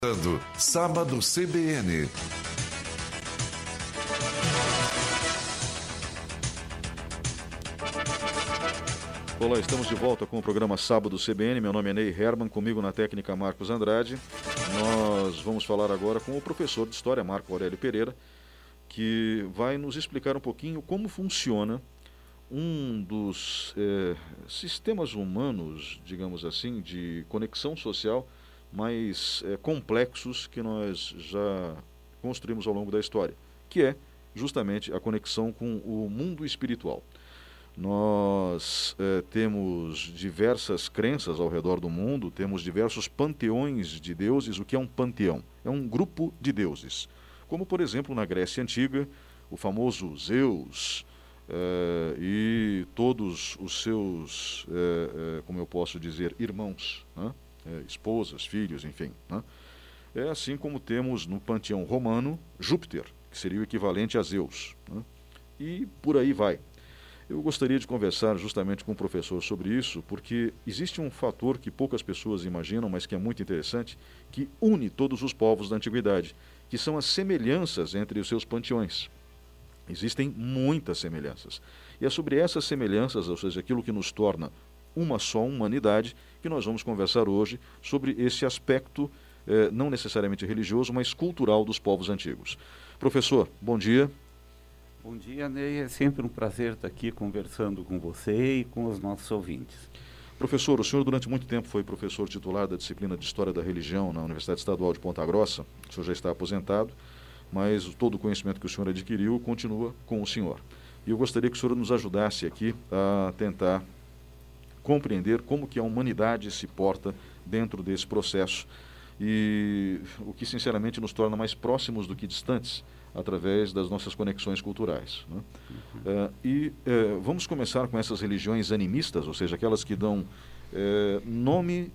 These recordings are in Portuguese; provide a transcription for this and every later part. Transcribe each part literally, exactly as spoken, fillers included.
Sábado C B N. Olá, estamos de volta com o programa Sábado C B N. Meu nome é Ney Herman, comigo na técnica Marcos Andrade. Nós vamos falar agora com o professor de História, Marco Aurélio Pereira, que vai nos explicar um pouquinho como funciona um dos é, sistemas humanos, digamos assim, de conexão social mais é, complexos que nós já construímos ao longo da história, que é justamente a conexão com o mundo espiritual. Nós é, temos diversas crenças ao redor do mundo, temos diversos panteões de deuses. O que é um panteão? É um grupo de deuses, como por exemplo na Grécia Antiga, o famoso Zeus é, e todos os seus, é, é, como eu posso dizer, irmãos, né? É, esposas, filhos, enfim, né? É assim como temos no panteão romano Júpiter, que seria o equivalente a Zeus, né? E por aí vai. Eu gostaria de conversar justamente com o professor sobre isso, porque existe um fator que poucas pessoas imaginam, mas que é muito interessante, que une todos os povos da antiguidade, que são as semelhanças entre os seus panteões. Existem muitas semelhanças. E é sobre essas semelhanças, ou seja, aquilo que nos torna uma só humanidade, que nós vamos conversar hoje sobre esse aspecto, eh, não necessariamente religioso, mas cultural dos povos antigos. Professor, bom dia. Bom dia, Ney. É sempre um prazer estar aqui conversando com você e com os nossos ouvintes. Professor, o senhor durante muito tempo foi professor titular da disciplina de História da Religião na Universidade Estadual de Ponta Grossa. O senhor já está aposentado, mas todo o conhecimento que o senhor adquiriu continua com o senhor. E eu gostaria que o senhor nos ajudasse aqui a tentar compreender como que a humanidade se porta dentro desse processo e o que sinceramente nos torna mais próximos do que distantes através das nossas conexões culturais, né? Uhum. Uh, e uh, vamos começar com essas religiões animistas, ou seja, aquelas que dão uh, nome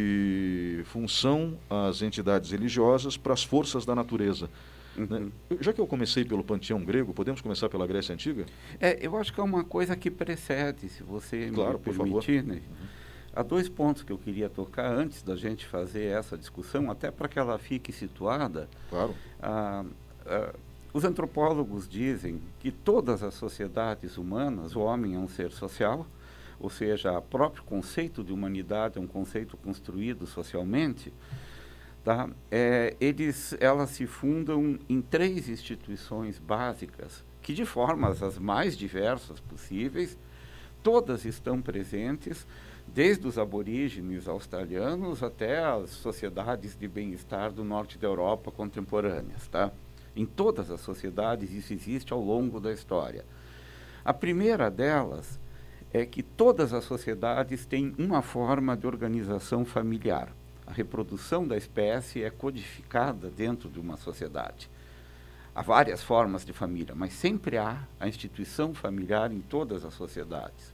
e função às entidades religiosas para as forças da natureza. Uhum. Né? Já que eu comecei pelo panteão grego, podemos começar pela Grécia Antiga? É, eu acho que é uma coisa que precede, se você claro, me por permitir, favor. Né? Uhum. Há dois pontos que eu queria tocar antes da gente fazer essa discussão, até para que ela fique situada. Claro. Ah, ah, os antropólogos dizem que todas as sociedades humanas, o homem é um ser social, ou seja, o próprio conceito de humanidade é um conceito construído socialmente. Tá? É, eles, elas se fundam em três instituições básicas, que de formas as mais diversas possíveis, todas estão presentes, desde os aborígenes australianos até as sociedades de bem-estar do norte da Europa contemporâneas. Tá? Em todas as sociedades isso existe ao longo da história. A primeira delas é que todas as sociedades têm uma forma de organização familiar. A reprodução da espécie é codificada dentro de uma sociedade. Há várias formas de família, mas sempre há a instituição familiar em todas as sociedades.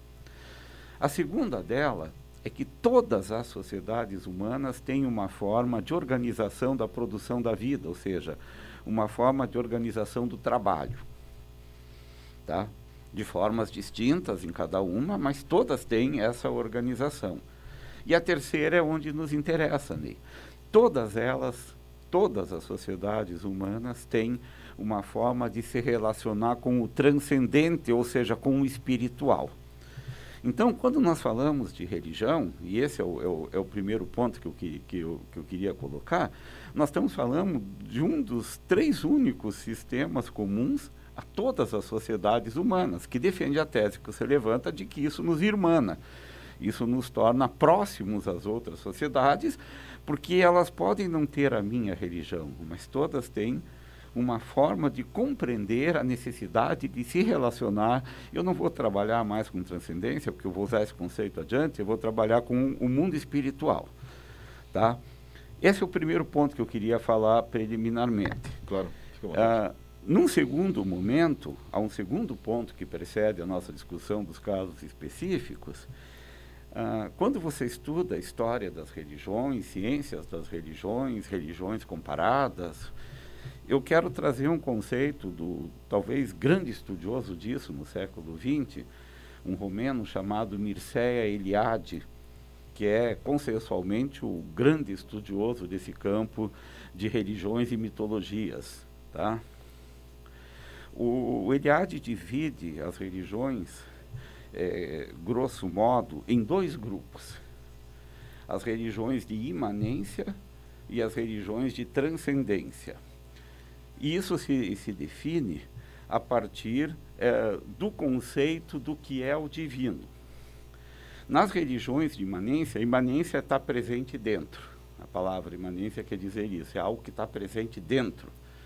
A segunda dela é que todas as sociedades humanas têm uma forma de organização da produção da vida, ou seja, uma forma de organização do trabalho. Tá? De formas distintas em cada uma, mas todas têm essa organização. E a terceira é onde nos interessa, Ney. Todas elas, todas as sociedades humanas têm uma forma de se relacionar com o transcendente, ou seja, com o espiritual. Então, quando nós falamos de religião, e esse é o, é o, é o primeiro ponto que eu, que, que, eu, que eu queria colocar, nós estamos falando de um dos três únicos sistemas comuns a todas as sociedades humanas, que defende a tese que você levanta de que isso nos irmana. Isso nos torna próximos às outras sociedades, porque elas podem não ter a minha religião, mas todas têm uma forma de compreender a necessidade de se relacionar. Eu não vou trabalhar mais com transcendência, porque eu vou usar esse conceito adiante, eu vou trabalhar com o mundo espiritual. Tá? Esse é o primeiro ponto que eu queria falar preliminarmente. Claro. Ah, num segundo momento, há um segundo ponto que precede a nossa discussão dos casos específicos. Ah, quando você estuda a história das religiões, ciências das religiões, religiões comparadas, eu quero trazer um conceito do talvez grande estudioso disso no século vinte, um romeno chamado Mircea Eliade, que é consensualmente o grande estudioso desse campo de religiões e mitologias, tá? O, o Eliade divide as religiões, é, grosso modo, em dois grupos. As religiões de imanência e as religiões de transcendência. E isso se, se define a partir é, do conceito do que é o divino. Nas religiões de imanência, a imanência está presente dentro. A palavra imanência quer dizer isso, é algo que está presente dentro.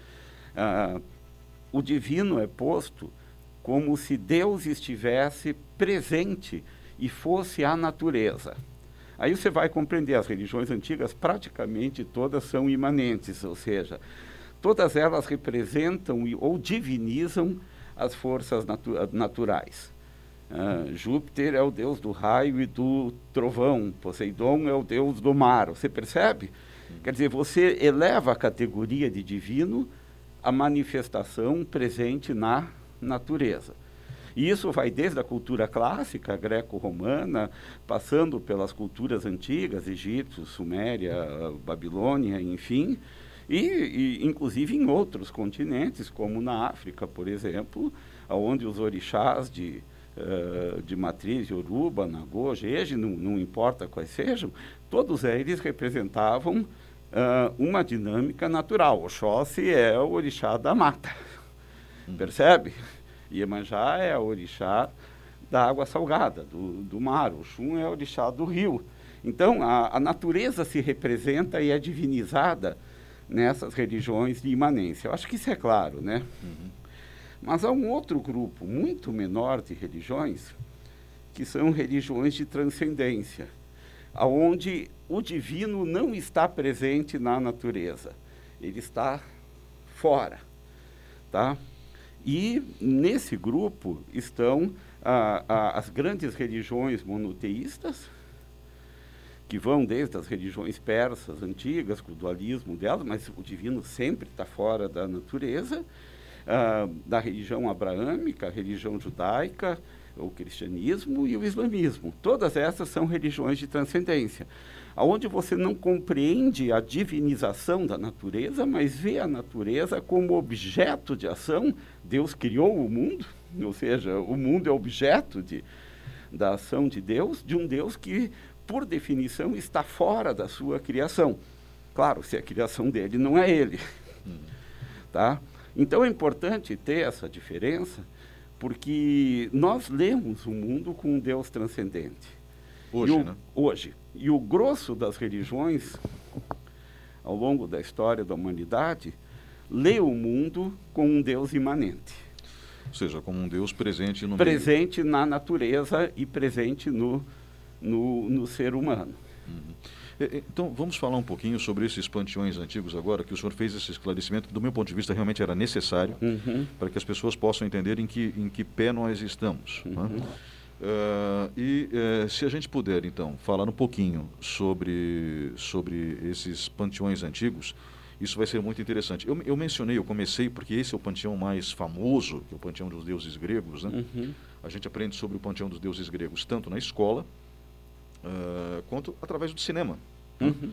Ah, o divino é posto como se Deus estivesse presente e fosse a natureza. Aí você vai compreender, as religiões antigas praticamente todas são imanentes, ou seja, todas elas representam ou divinizam as forças natu naturais. Uh, Júpiter é o deus do raio e do trovão, Poseidon é o deus do mar, você percebe? Uhum. Quer dizer, você eleva a categoria de divino à manifestação presente na natureza. E isso vai desde a cultura clássica, greco-romana, passando pelas culturas antigas, Egito, Suméria, Babilônia, enfim, e, e inclusive em outros continentes, como na África, por exemplo, onde os orixás de, uh, de matriz Yoruba, Nagô, Jeje, não, não importa quais sejam, todos eles representavam uh, uma dinâmica natural. Oxóssi é o orixá da mata, hum. percebe? Iemanjá é o orixá da água salgada, do, do mar. Oxum é o orixá do rio. Então, a, a natureza se representa e é divinizada nessas religiões de imanência. Eu acho que isso é claro, né? Uhum. Mas há um outro grupo muito menor de religiões, que são religiões de transcendência, onde o divino não está presente na natureza. Ele está fora, tá? E nesse grupo estão ah, ah, as grandes religiões monoteístas, que vão desde as religiões persas antigas, com o dualismo delas, mas o divino sempre está fora da natureza, ah, da religião abraâmica, a religião judaica, o cristianismo e o islamismo. Todas essas são religiões de transcendência, onde você não compreende a divinização da natureza, mas vê a natureza como objeto de ação. Deus criou o mundo, ou seja, o mundo é objeto de, da ação de Deus, de um Deus que, por definição, está fora da sua criação. Claro, se a criação dele não é ele. Hum. Tá? Então é importante ter essa diferença, porque nós lemos o mundo com um Deus transcendente. Hoje, o, né? Hoje. E o grosso das religiões, ao longo da história da humanidade, lê o mundo com um Deus imanente. Ou seja, como um Deus presente no Presente meio. Na natureza e presente no, no, no ser humano. Uhum. Então, vamos falar um pouquinho sobre esses panteões antigos agora, que o senhor fez esse esclarecimento, que do meu ponto de vista realmente era necessário, uhum. para que as pessoas possam entender em que, em que pé nós estamos. Uhum. Né? Uh, e uh, se a gente puder, então, falar um pouquinho sobre, sobre esses panteões antigos, isso vai ser muito interessante. Eu, eu mencionei, eu comecei, porque esse é o panteão mais famoso, que é o panteão dos deuses gregos, né? Uhum. A gente aprende sobre o panteão dos deuses gregos, tanto na escola, uh, quanto através do cinema. Uhum. Né?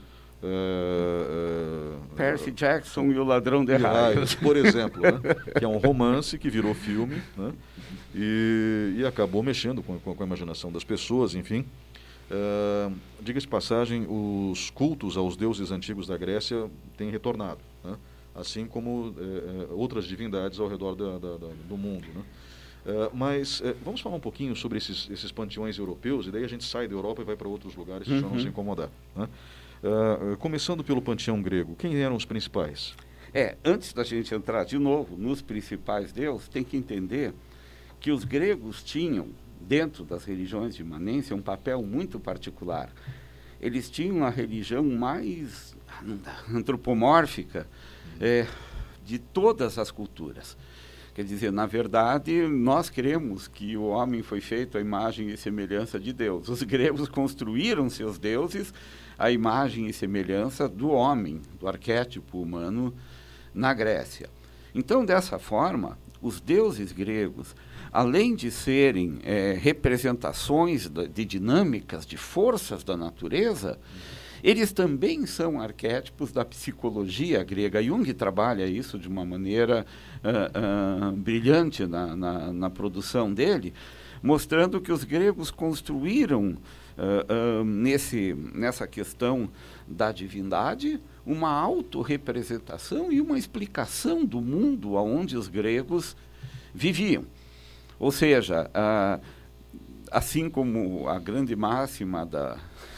Uh, uh, Percy Jackson e o Ladrão de Raios, por exemplo, né? Que é um romance que virou filme, né? e, e acabou mexendo com, com a imaginação das pessoas, enfim. Uh, diga-se de passagem, os cultos aos deuses antigos da Grécia têm retornado, né? Assim como uh, outras divindades ao redor da, da, da, do mundo, né? Uh, mas uh, vamos falar um pouquinho sobre esses, esses panteões europeus, e daí a gente sai da Europa e vai para outros lugares, uhum. para não se incomodar, né? Uh, começando pelo panteão grego, quem eram os principais? É, antes da gente entrar de novo nos principais deuses, tem que entender que os gregos tinham, dentro das religiões de imanência, um papel muito particular. Eles tinham uma religião mais antropomórfica é, de todas as culturas. Quer dizer, na verdade, nós cremos que o homem foi feito à imagem e semelhança de Deus. Os gregos construíram seus deuses à imagem e semelhança do homem, do arquétipo humano na Grécia. Então, dessa forma, os deuses gregos, além de serem é, representações da, de dinâmicas, de forças da natureza, eles também são arquétipos da psicologia grega. Jung trabalha isso de uma maneira uh, uh, brilhante na, na, na produção dele, mostrando que os gregos construíram, uh, uh, nesse, nessa questão da divindade, uma autorrepresentação e uma explicação do mundo onde os gregos viviam. Ou seja, uh, assim como a grande máxima da...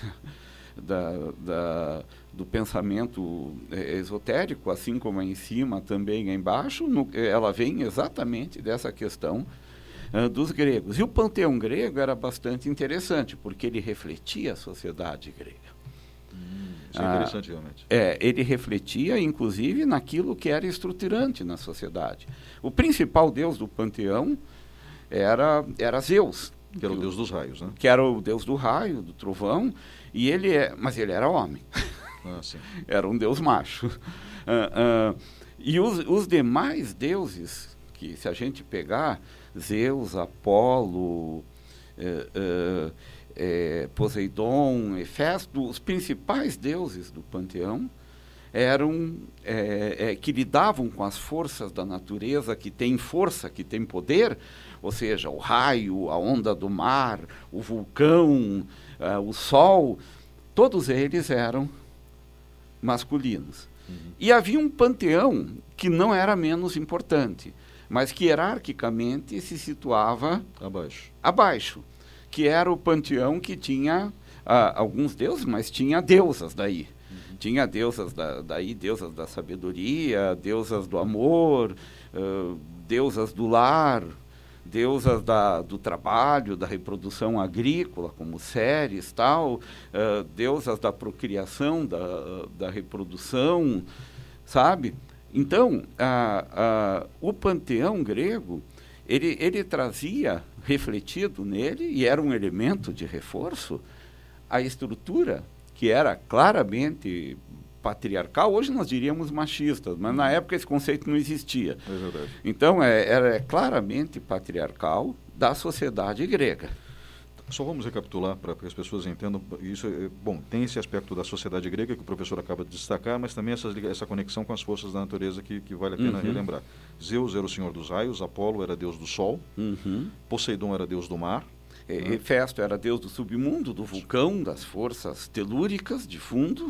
Da, da, do pensamento é, esotérico, assim como é em cima, também é embaixo, no, ela vem exatamente dessa questão uh, dos gregos. E o panteão grego era bastante interessante, porque ele refletia a sociedade grega. Hum, isso é interessante, ah, realmente. É, ele refletia, inclusive, naquilo que era estruturante na sociedade. O principal deus do panteão era, era Zeus. Que era o deus dos raios, né? Que era o deus do raio, do trovão, e ele é, mas ele era homem. Ah, sim. Era um deus macho. Uh, uh, e os, os demais deuses, que se a gente pegar, Zeus, Apolo, uh, uh, uh, Poseidon, Hefesto, os principais deuses do panteão eram, é, é, que lidavam com as forças da natureza, que tem força, que tem poder, ou seja, o raio, a onda do mar, o vulcão, uh, o sol, todos eles eram masculinos. Uhum. E havia um panteão que não era menos importante, mas que hierarquicamente se situava abaixo, abaixo que era o panteão que tinha uh, alguns deuses, mas tinha deusas daí. Uhum. Tinha deusas da, daí, deusas da sabedoria, deusas do amor, uh, deusas do lar, deusas da, do trabalho, da reprodução agrícola, como Ceres, tal, uh, deusas da procriação, da, da reprodução, sabe? Então, uh, uh, o panteão grego, ele, ele trazia, refletido nele, e era um elemento de reforço, a estrutura que era claramente patriarcal. Hoje nós diríamos machistas, mas na época esse conceito não existia. É verdade. Então, é, era claramente patriarcal da sociedade grega. Só vamos recapitular para que as pessoas entendam. Isso é, bom, tem esse aspecto da sociedade grega que o professor acaba de destacar, mas também essa, essa conexão com as forças da natureza que, que vale a pena uhum. relembrar. Zeus era o senhor dos raios, Apolo era deus do sol, uhum. Poseidon era deus do mar, é, né? Hefesto era deus do submundo, do vulcão, das forças telúricas de fundo.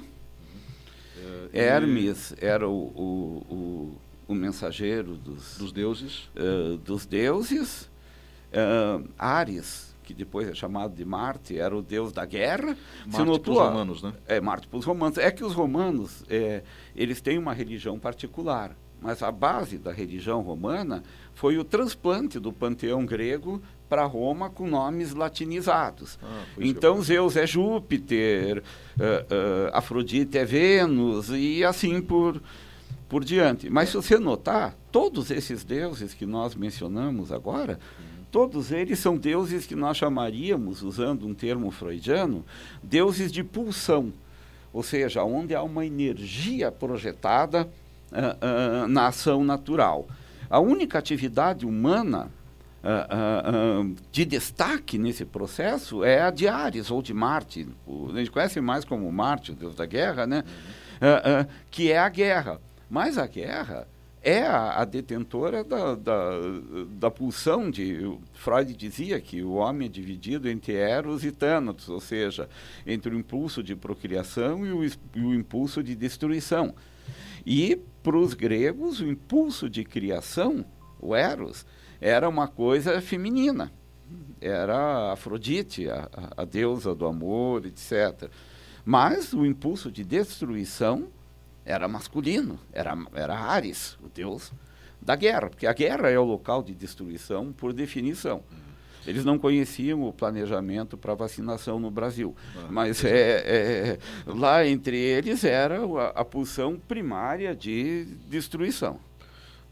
É, Hermes e... era o, o, o, o mensageiro dos, dos deuses. Uh, dos deuses. Uh, Ares, que depois é chamado de Marte, era o deus da guerra. Marte para os romanos, né? É, Marte para os romanos. É que os romanos, é, eles têm uma religião particular, mas a base da religião romana foi o transplante do panteão grego para Roma com nomes latinizados. Ah, então Zeus é Júpiter, uh, uh, Afrodite é Vênus e assim por, por diante. Mas se você notar, todos esses deuses que nós mencionamos agora, uhum. todos eles são deuses que nós chamaríamos, usando um termo freudiano, deuses de pulsão. Ou seja, onde há uma energia projetada uh, uh, na ação natural. A única atividade humana Uh, uh, uh, de destaque nesse processo é a de Ares ou de Marte. O, a gente conhece mais como Marte, o deus da guerra, né? Uhum. Uh, uh, que é a guerra. Mas a guerra é a, a detentora da, da, da pulsão. De, Freud dizia que o homem é dividido entre Eros e Thanatos, ou seja, entre o impulso de procriação e o, e o impulso de destruição. E, para os gregos, o impulso de criação, o Eros, era uma coisa feminina, era a Afrodite, a, a, a deusa do amor, etcétera. Mas o impulso de destruição era masculino, era, era Ares, o deus da guerra, porque a guerra é o local de destruição por definição. Eles não conheciam o planejamento para vacinação no Brasil, ah, mas é, é, lá entre eles era a, a pulsão primária de destruição.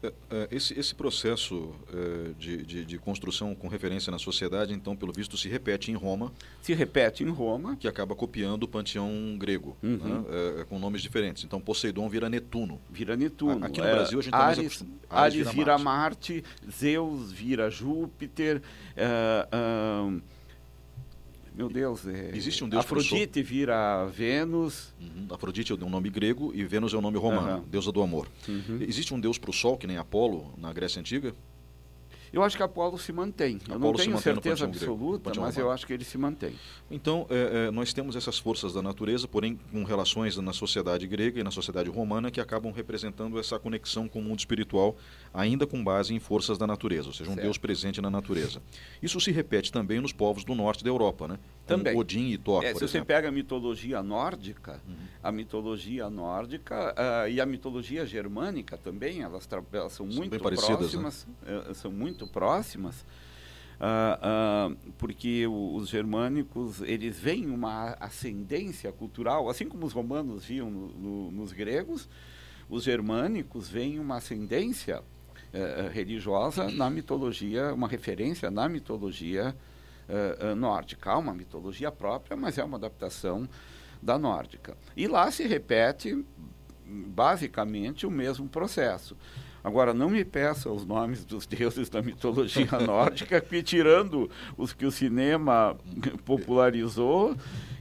Esse, esse processo é, de, de, de construção com referência na sociedade, então, pelo visto, se repete em Roma. Se repete em Roma. Que acaba copiando o panteão grego, uhum. né? é, com nomes diferentes. Então, Poseidon vira Netuno. Vira Netuno. Aqui no é, Brasil, a gente Ares, também acostuma. Ares vira, vira Marte. Marte, Zeus vira Júpiter. Uh, uh, Meu Deus, é... Existe um deus Afrodite vira Vênus. Uhum. Afrodite é um nome grego e Vênus é um nome romano, uhum. deusa do amor. Uhum. Existe um deus para o Sol, que nem Apolo, na Grécia Antiga? Eu acho que Apolo se mantém. Eu Apolo não tenho certeza absoluta, grego, mas eu acho que ele se mantém. Então, é, é, nós temos essas forças da natureza, porém com relações na sociedade grega e na sociedade romana que acabam representando essa conexão com o mundo espiritual, ainda com base em forças da natureza, ou seja, um certo. Deus presente na natureza. Isso se repete também nos povos do norte da Europa, né? Também. Odin e Thor, é, por se exemplo. você pega a mitologia nórdica, uhum. a mitologia nórdica uh, e a mitologia germânica também, elas, elas são, são muito próximas, né? uh, são muito próximas, uh, uh, porque o, os germânicos, eles veem uma ascendência cultural, assim como os romanos viam no, no, nos gregos, os germânicos veem uma ascendência uh, religiosa na mitologia, uma referência na mitologia Uh, uh, nórdica. Há uma mitologia própria, mas é uma adaptação da nórdica. E lá se repete basicamente o mesmo processo. Agora, não me peça os nomes dos deuses da mitologia nórdica, que tirando os que o cinema popularizou,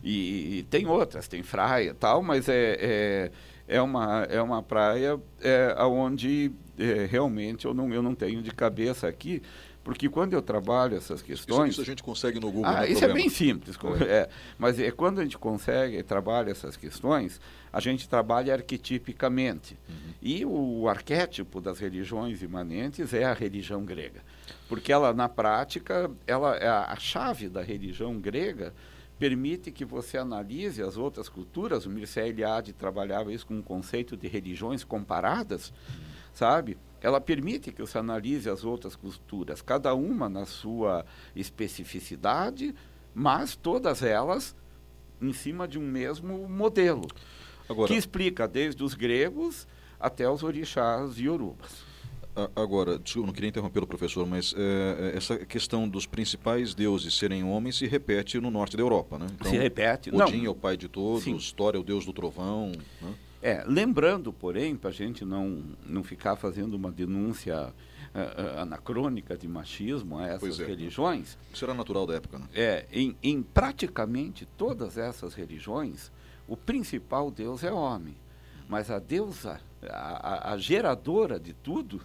e, e tem outras, tem Freia e tal, mas é, é, é, uma, é uma praia é, onde é, realmente eu não, eu não tenho de cabeça aqui, porque quando eu trabalho essas questões... Isso, isso a gente consegue no Google. Ah, isso problema. É bem simples. É. É, mas é, quando a gente consegue e trabalha essas questões, a gente trabalha arquetipicamente. Uhum. E o arquétipo das religiões imanentes é a religião grega. Porque ela, na prática, ela, a, a chave da religião grega permite que você analise as outras culturas. O Mircea Eliade trabalhava isso com o conceito de religiões comparadas, uhum. sabe? Ela permite que você analise as outras culturas, cada uma na sua especificidade, mas todas elas em cima de um mesmo modelo, agora, que explica desde os gregos até os orixás iorubas. Agora, desculpa, não queria interromper o professor, mas é, essa questão dos principais deuses serem homens se repete no norte da Europa, né? Então, se repete. Odin não. é o pai de todos, Sim. Thor é o deus do trovão, né? É, lembrando, porém, para a gente não, não ficar fazendo uma denúncia uh, uh, anacrônica de machismo a essas é, religiões... Isso era natural da época, né? É, em, em praticamente todas essas religiões, o principal deus é homem. Mas a deusa, a, a, a geradora de tudo,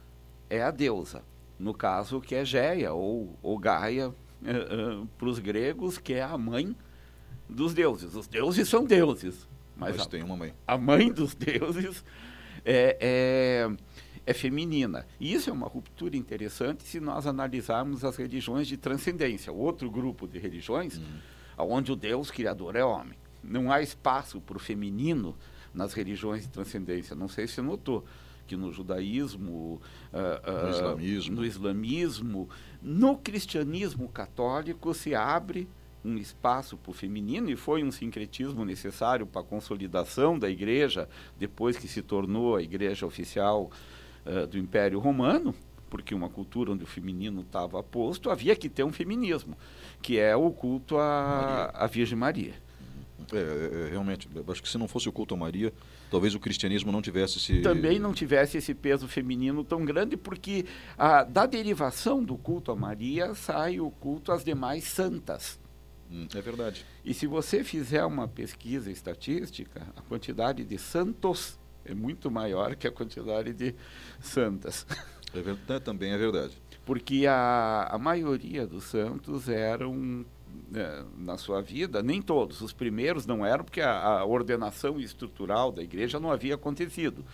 é a deusa. No caso, que é Géia, ou, ou Gaia, uh, uh, para os gregos, que é a mãe dos deuses. Os deuses são deuses. Mas, Mas a, tem uma mãe. A mãe dos deuses é, é, é feminina. E isso é uma ruptura interessante se nós analisarmos as religiões de transcendência, outro grupo de religiões, hum. onde o Deus criador é homem. Não há espaço para o feminino nas religiões de transcendência. Não sei se você notou que no judaísmo, uh, uh, no, islamismo. no islamismo, no cristianismo católico se abre um espaço para o feminino, e foi um sincretismo necessário para a consolidação da igreja, depois que se tornou a igreja oficial uh, do Império Romano, porque uma cultura onde o feminino estava posto, havia que ter um feminismo, que é o culto à, à Virgem Maria. É, é, realmente, acho que se não fosse o culto a Maria, talvez o cristianismo não tivesse esse... Também não tivesse esse peso feminino tão grande, porque ah, da derivação do culto a Maria sai o culto às demais santas. É verdade. E se você fizer uma pesquisa estatística, a quantidade de santos é muito maior que a quantidade de santas. É verdade, também é verdade. Porque a, a maioria dos santos eram, é, na sua vida, nem todos, os primeiros não eram, porque a, a ordenação estrutural da igreja não havia acontecido.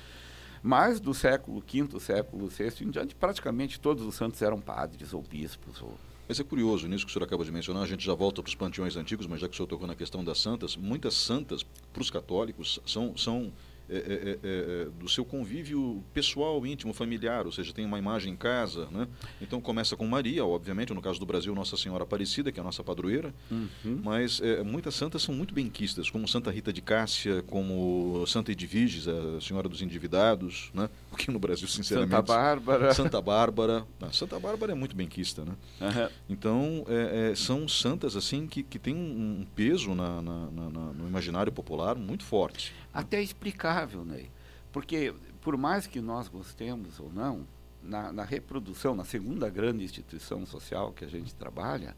Mas do século quinto, século sexto em diante, praticamente todos os santos eram padres ou bispos ou... Mas é curioso, nisso que o senhor acaba de mencionar, a gente já volta para os panteões antigos, mas já que o senhor tocou na questão das santas, muitas santas, para os católicos, são, são é, é, é, do seu convívio pessoal, íntimo, familiar, ou seja, tem uma imagem em casa, né? Então começa com Maria, obviamente, no caso do Brasil, Nossa Senhora Aparecida, que é a nossa padroeira, uhum. mas é, muitas santas são muito benquistas, como Santa Rita de Cássia, como Santa Edviges, a Senhora dos Endividados, né? Aqui no Brasil, sinceramente... Santa Bárbara. Santa Bárbara. Ah, Santa Bárbara é muito benquista, né? Uhum. Então, é, é, são santas, assim, que, que têm um peso na, na, na, no imaginário popular muito forte. Até explicável, Ney. Porque, por mais que nós gostemos ou não, na, na reprodução, na segunda grande instituição social que a gente trabalha,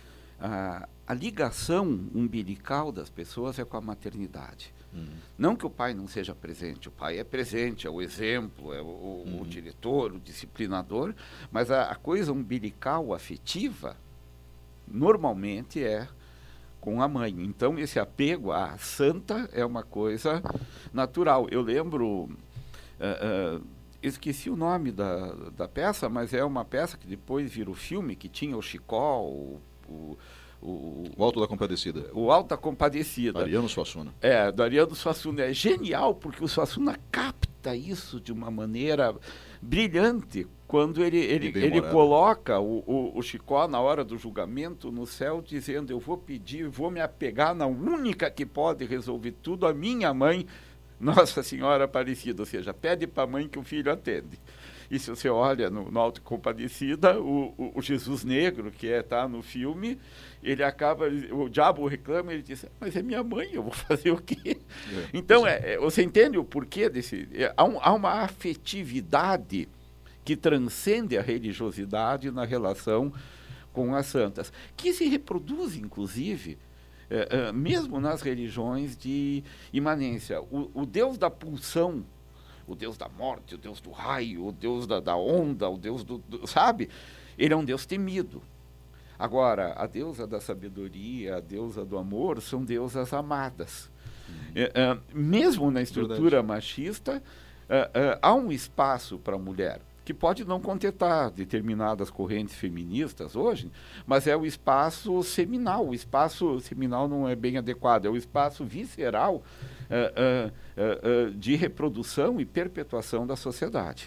a, a ligação umbilical das pessoas é com a maternidade. Uhum. Não que o pai não seja presente, o pai é presente, é o exemplo, é o, uhum. o diretor, o disciplinador, mas a, a coisa umbilical, afetiva, normalmente é com a mãe. Então, esse apego à santa é uma coisa natural. Eu lembro, uh, uh, esqueci o nome da, da peça, mas é uma peça que depois virou filme, que tinha o Chicó, o, o, o, o Alto da Compadecida. O Alto da Compadecida. Ariano Suassuna. É, do Ariano Suassuna. É genial, porque o Suassuna capta isso de uma maneira brilhante, quando ele, ele, ele coloca o, o, o Chicó na hora do julgamento no céu, dizendo: eu vou pedir, vou me apegar na única que pode resolver tudo, a minha mãe, Nossa Senhora Aparecida. Ou seja, pede para a mãe que o filho atende. E se você olha no, no Alto Compadecida, o, o, o Jesus Negro, que está é, tá no filme, ele acaba, o diabo reclama, ele diz: mas é minha mãe, eu vou fazer o quê? É, então, é, é, você entende o porquê desse... É, há, um, há uma afetividade que transcende a religiosidade na relação com as santas, que se reproduz, inclusive, é, é, mesmo nas religiões de imanência. O, o Deus da pulsão, o Deus da morte, o Deus do raio, o Deus da, da onda, o Deus do, do... Sabe? Ele é um Deus temido. Agora, a deusa da sabedoria, a deusa do amor, são deusas amadas. Uhum. É, é, mesmo na estrutura Verdade. machista, é, é, há um espaço para a mulher, que pode não contentar determinadas correntes feministas hoje, mas é o espaço seminal. O espaço seminal não é bem adequado, é o espaço visceral uh, uh, uh, uh, de reprodução e perpetuação da sociedade.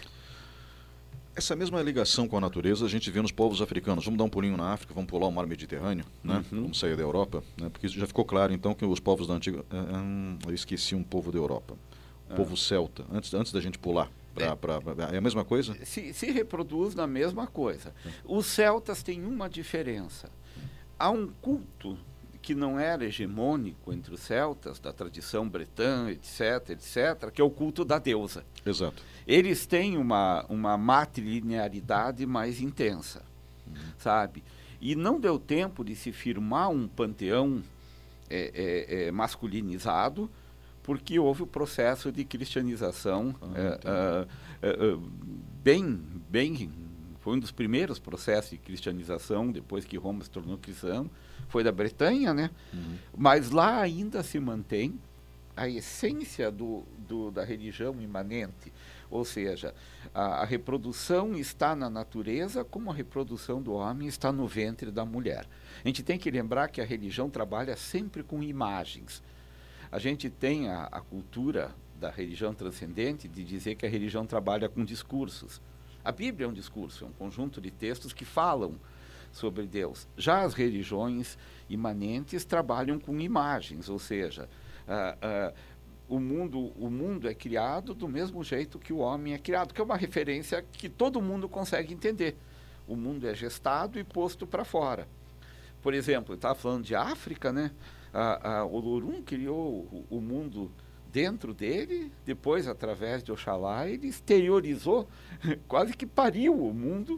Essa mesma ligação com a natureza a gente vê nos povos africanos. Vamos dar um pulinho na África, vamos pular o mar Mediterrâneo, né? Uhum. Vamos sair da Europa, né? Porque já ficou claro, então, que os povos da antiga... Hum, eu esqueci um povo da Europa. O ah. povo celta, antes, antes da gente pular. Pra, pra, pra, é a mesma coisa? Se, se reproduz na mesma coisa. Os celtas têm uma diferença. Há um culto que não era hegemônico entre os celtas, da tradição bretã, etc, etc, que é o culto da deusa. Exato. Eles têm uma, uma matrilinearidade mais intensa, uhum. sabe? E não deu tempo de se firmar um panteão é, é, é, masculinizado, porque houve o processo de cristianização ah, é, é, é, bem, bem, foi um dos primeiros processos de cristianização, depois que Roma se tornou cristã, foi da Bretanha, né? Uhum. Mas lá ainda se mantém a essência do, do, da religião imanente, ou seja, a, a reprodução está na natureza, como a reprodução do homem está no ventre da mulher. A gente tem que lembrar que a religião trabalha sempre com imagens. A gente tem a, a cultura da religião transcendente de dizer que a religião trabalha com discursos. A Bíblia é um discurso, é um conjunto de textos que falam sobre Deus. Já as religiões imanentes trabalham com imagens, ou seja, uh, uh, o, mundo, o mundo é criado do mesmo jeito que o homem é criado, que é uma referência que todo mundo consegue entender. O mundo é gestado e posto para fora. Por exemplo, eu estava falando de África, né? A, a, o Lorum criou o, o mundo dentro dele, depois, através de Oxalá, ele exteriorizou, quase que pariu o mundo,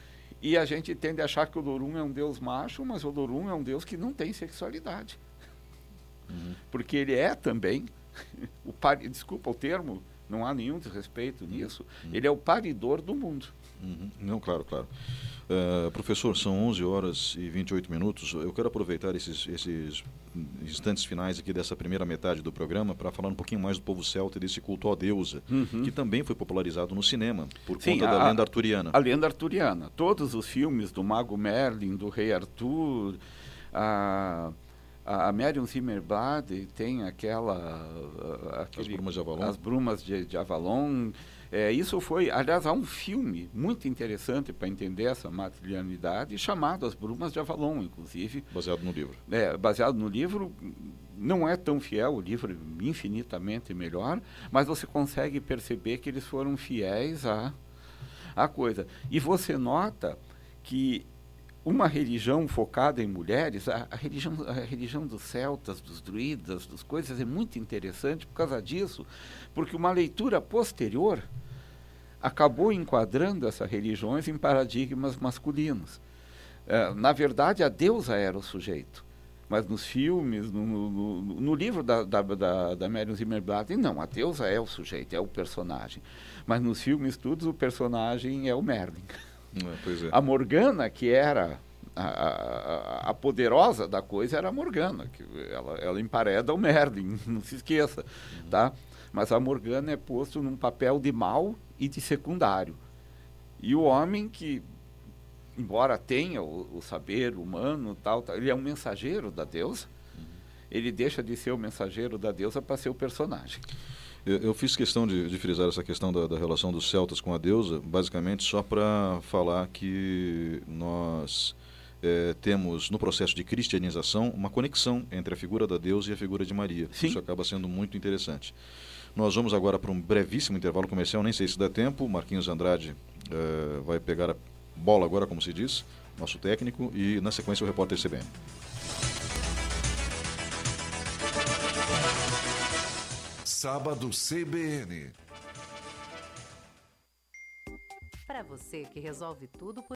e a gente tende a achar que o Lorum é um deus macho, mas o Lorum é um deus que não tem sexualidade. Uhum. Porque ele é também, o pari, desculpa o termo, não há nenhum desrespeito nisso, uhum. ele é o paridor do mundo. Uhum. Não, claro, claro. Uh, professor, são onze horas e vinte e oito minutos. Eu quero aproveitar esses, esses instantes finais aqui dessa primeira metade do programa para falar um pouquinho mais do povo celta e desse culto à deusa, uhum. que também foi popularizado no cinema por Sim, conta a, da lenda arturiana. A lenda arturiana. Todos os filmes do Mago Merlin, do Rei Arthur, a, A Marion Zimmerblad tem aquela... Aquele, As Brumas de Avalon. As Brumas de, de Avalon. É, isso foi... Aliás, há um filme muito interessante para entender essa matrilineidade, chamado As Brumas de Avalon, inclusive. Baseado no livro. É, baseado no livro. Não é tão fiel, o livro é infinitamente melhor, mas você consegue perceber que eles foram fiéis à, à coisa. E você nota que uma religião focada em mulheres, a, a, religião, a religião dos celtas, dos druidas, das coisas, é muito interessante por causa disso, porque uma leitura posterior acabou enquadrando essas religiões em paradigmas masculinos. É, na verdade, a deusa era o sujeito, mas nos filmes, no, no, no livro da, da, da, da Marion Zimmerblad, não, a deusa é o sujeito, é o personagem. Mas nos filmes todos, o personagem é o Merlin. É, pois é. A Morgana, que era a, a, a poderosa da coisa, era a Morgana, que ela, ela empareda o Merlin, não se esqueça, uhum. Tá? Mas a Morgana é posto num papel de mal e de secundário. E o homem que, embora tenha o, o saber humano, tal, tal, ele é um mensageiro da deusa, uhum. Ele deixa de ser o mensageiro da deusa para ser o personagem. Eu, eu fiz questão de, de frisar essa questão da, da relação dos celtas com a deusa, basicamente só para falar que nós é, temos, no processo de cristianização, uma conexão entre a figura da deusa e a figura de Maria. Sim. Isso acaba sendo muito interessante. Nós vamos agora para um brevíssimo intervalo comercial, nem sei se dá tempo. Marquinhos Andrade é, vai pegar a bola agora, como se diz, nosso técnico, e na sequência o repórter C B N. Sábado C B N. Para você que resolve tudo por